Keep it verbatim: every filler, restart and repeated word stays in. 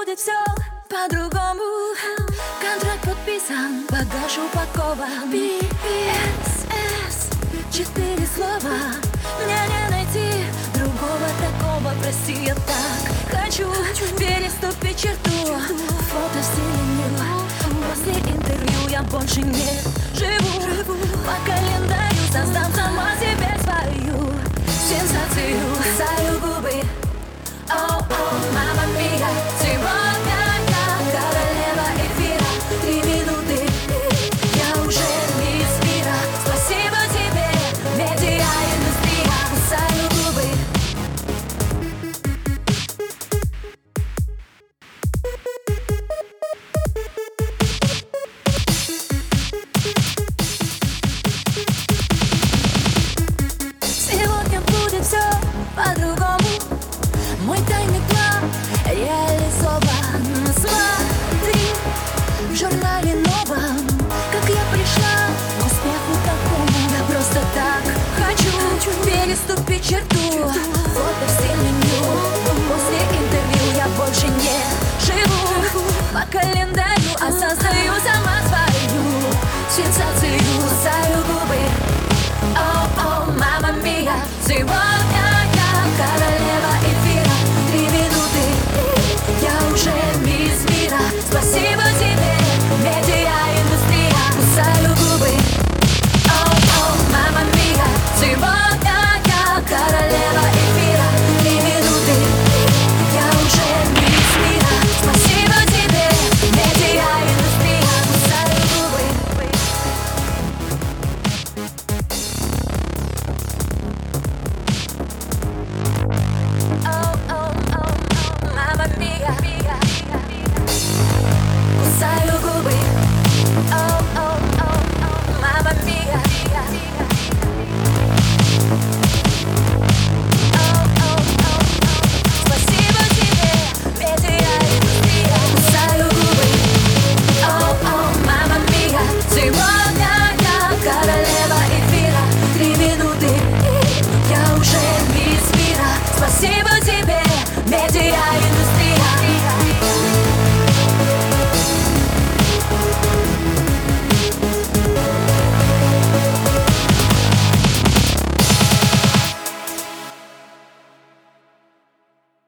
будет все по-другому. Контракт подписан, багаж упакован. Пи эс эс, четыре слова. Мне не найти другого такого, прости, я так хочу переступить черту. Фото в стиле Нью. После интервью я больше не живу. По календарю создам сама себе свою сенсацию. Кусаю губы, о-о, мама мия. Сегодня я королева эфира. Три минуты, я уже мисс мира. Спасибо тебе, медиа-индустрия. Кусаю губы. Сегодня будет все по-другому. Мой тайный план реализован. Смотри в журнале новом, как я пришла к успеху такому. Я просто так хочу переступить черту. Фото в стиле Нью. После интервью я больше не живу. По календарю, а создаю сама свою сенсацию. Кусаю губы, о-о, мама мия. Сегодня